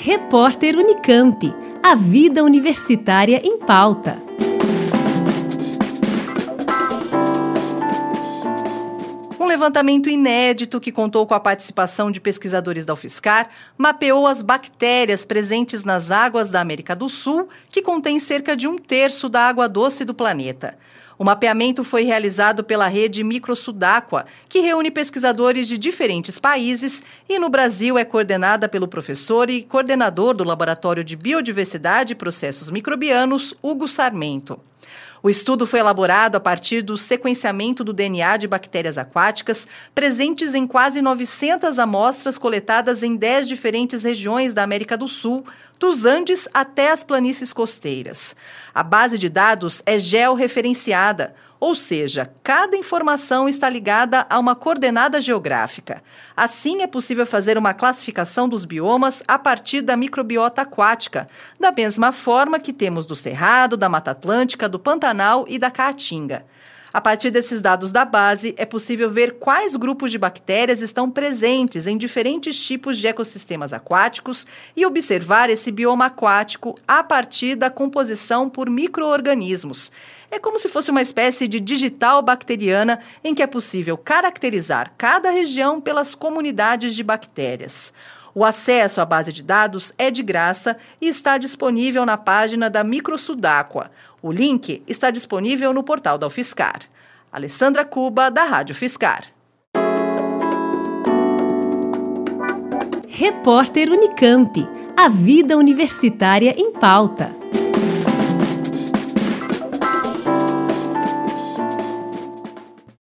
Repórter Unicamp. A vida universitária em pauta. Um levantamento inédito que contou com a participação de pesquisadores da UFSCar mapeou as bactérias presentes nas águas da América do Sul, que contém cerca de 1/3 da água doce do planeta. O mapeamento foi realizado pela rede Microsudaqua, que reúne pesquisadores de diferentes países e no Brasil é coordenada pelo professor e coordenador do Laboratório de Biodiversidade e Processos Microbianos, Hugo Sarmento. O estudo foi elaborado a partir do sequenciamento do DNA de bactérias aquáticas presentes em quase 900 amostras coletadas em 10 diferentes regiões da América do Sul, dos Andes até as planícies costeiras. A base de dados é georreferenciada, ou seja, cada informação está ligada a uma coordenada geográfica. Assim, é possível fazer uma classificação dos biomas a partir da microbiota aquática, da mesma forma que temos do Cerrado, da Mata Atlântica, do Pantanal e da Caatinga. A partir desses dados da base, é possível ver quais grupos de bactérias estão presentes em diferentes tipos de ecossistemas aquáticos e observar esse bioma aquático a partir da composição por micro-organismos. É como se fosse uma espécie de digital bacteriana em que é possível caracterizar cada região pelas comunidades de bactérias. O acesso à base de dados é de graça e está disponível na página da Microsudaqua. O link está disponível no portal da UFSCar. Alessandra Cuba, da Rádio UFSCar. Repórter Unicamp. A vida universitária em pauta.